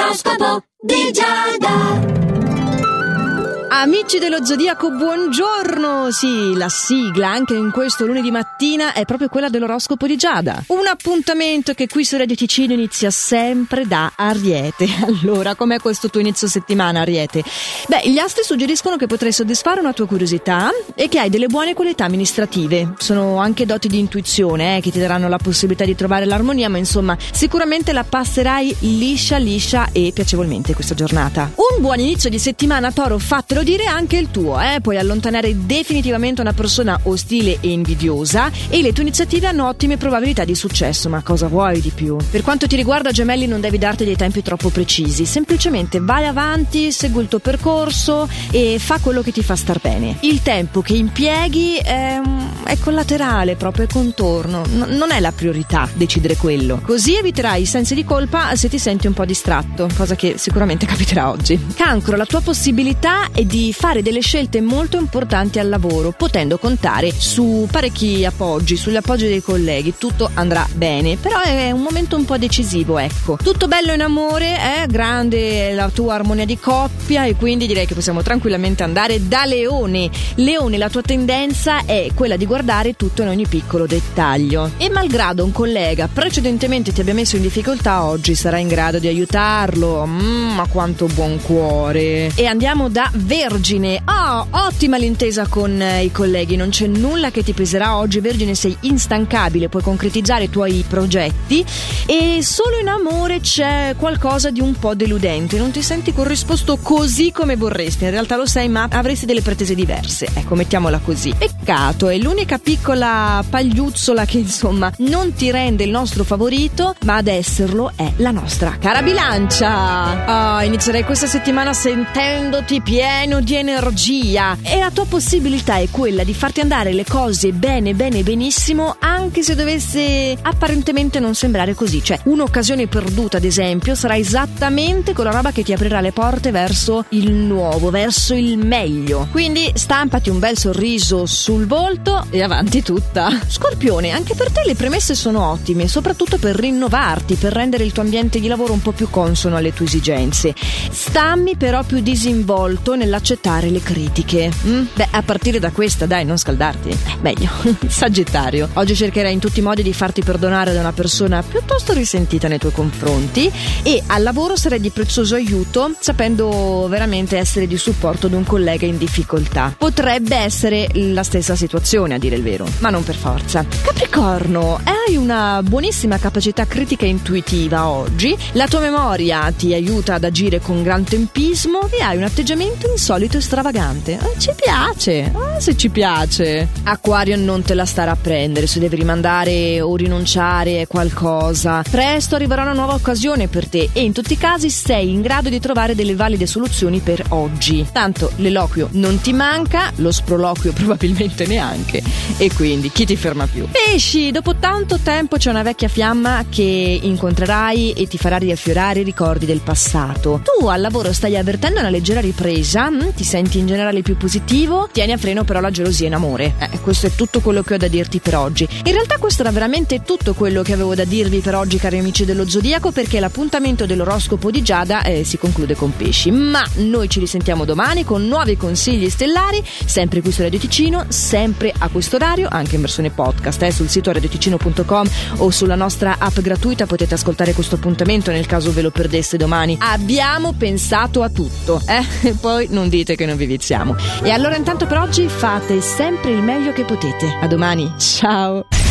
L'oroscopo di Giada. Amici dello Zodiaco, buongiorno! Sì, la sigla anche in questo lunedì mattina è proprio quella dell'oroscopo di Giada. Un appuntamento che qui su Radio Ticino inizia sempre da Ariete. Allora, com'è questo tuo inizio settimana, Ariete? Beh, gli astri suggeriscono che potrai soddisfare una tua curiosità e che hai delle buone qualità amministrative. Sono anche doti di intuizione che ti daranno la possibilità di trovare l'armonia, ma insomma, sicuramente la passerai liscia e piacevolmente questa giornata. Un buon inizio di settimana, Toro, fatelo dire anche il tuo, puoi allontanare definitivamente una persona ostile e invidiosa e le tue iniziative hanno ottime probabilità di successo, ma cosa vuoi di più? Per quanto ti riguarda, Gemelli, non devi darti dei tempi troppo precisi, semplicemente vai avanti, segui il tuo percorso e fa quello che ti fa star bene. Il tempo che impieghi è collaterale, proprio è contorno, non è la priorità decidere quello, così eviterai i sensi di colpa se ti senti un po' distratto, cosa che sicuramente capiterà oggi. Cancro, la tua possibilità è di fare delle scelte molto importanti al lavoro, potendo contare su parecchi appoggi, sugli appoggi dei colleghi. Tutto andrà bene, però è un momento un po' decisivo, ecco. Tutto bello in amore, grande la tua armonia di coppia e quindi direi che possiamo tranquillamente andare da Leone. Leone, la tua tendenza è quella di guardare tutto in ogni piccolo dettaglio e malgrado un collega precedentemente ti abbia messo in difficoltà, oggi sarai in grado di aiutarlo. Ma quanto buon cuore. E andiamo da Vergine. Ottima l'intesa con i colleghi, non c'è nulla che ti peserà oggi, Vergine, sei instancabile, puoi concretizzare i tuoi progetti e solo in amore c'è qualcosa di un po' deludente, non ti senti corrisposto così come vorresti, in realtà lo sei ma avresti delle pretese diverse, ecco, mettiamola così. Peccato, è l'unica piccola pagliuzzola che insomma non ti rende il nostro favorito, ma ad esserlo è la nostra cara Bilancia. Inizierei questa settimana sentendoti pieno di energia e la tua possibilità è quella di farti andare le cose bene benissimo, anche se dovesse apparentemente non sembrare così. Cioè, un'occasione perduta ad esempio sarà esattamente quella roba che ti aprirà le porte verso il nuovo, verso il meglio, quindi stampati un bel sorriso sul volto e avanti tutta. Scorpione, anche per te le premesse sono ottime, soprattutto per rinnovarti, per rendere il tuo ambiente di lavoro un po' più consono alle tue esigenze. Stammi però più disinvolto nell'accettare le critiche. Beh, a partire da questa, dai, non scaldarti. Meglio. Sagittario, oggi cercherai in tutti i modi di farti perdonare da una persona piuttosto risentita nei tuoi confronti e al lavoro sarai di prezioso aiuto, sapendo veramente essere di supporto ad un collega in difficoltà. Potrebbe essere la stessa situazione, a dire il vero, ma non per forza. Capricorno, hai una buonissima capacità critica e intuitiva oggi, la tua memoria ti aiuta ad agire con gran tempismo e hai un atteggiamento insolito e stravagante. Ci piace, se ci piace. Acquario, non te la stare a prendere se devi rimandare o rinunciare a qualcosa. Presto arriverà una nuova occasione per te e in tutti i casi sei in grado di trovare delle valide soluzioni per oggi. Tanto l'eloquio non ti manca, lo sproloquio probabilmente neanche, e quindi chi ti ferma più? Pesci, dopo tanto tempo c'è una vecchia fiamma che incontrerai e ti farà riaffiorare i ricordi del passato. Tu al lavoro stai avvertendo una leggera ripresa, ti senti in generale più positivo, tieni a freno però la gelosia in amore. Questo è tutto quello che ho da dirti per oggi. In realtà questo era veramente tutto quello che avevo da dirvi per oggi, cari amici dello Zodiaco, perché l'appuntamento dell'oroscopo di Giada si conclude con Pesci, ma noi ci risentiamo domani con nuovi consigli stellari, sempre qui su Radio Ticino, sempre a questo orario, anche in versione podcast, sul sito radioticino.com o sulla nostra app gratuita potete ascoltare questo appuntamento nel caso ve lo perdeste domani. Abbiamo pensato a tutto, e poi non dite che non vi viziamo. E allora intanto per oggi fate sempre il meglio che potete. A domani, ciao!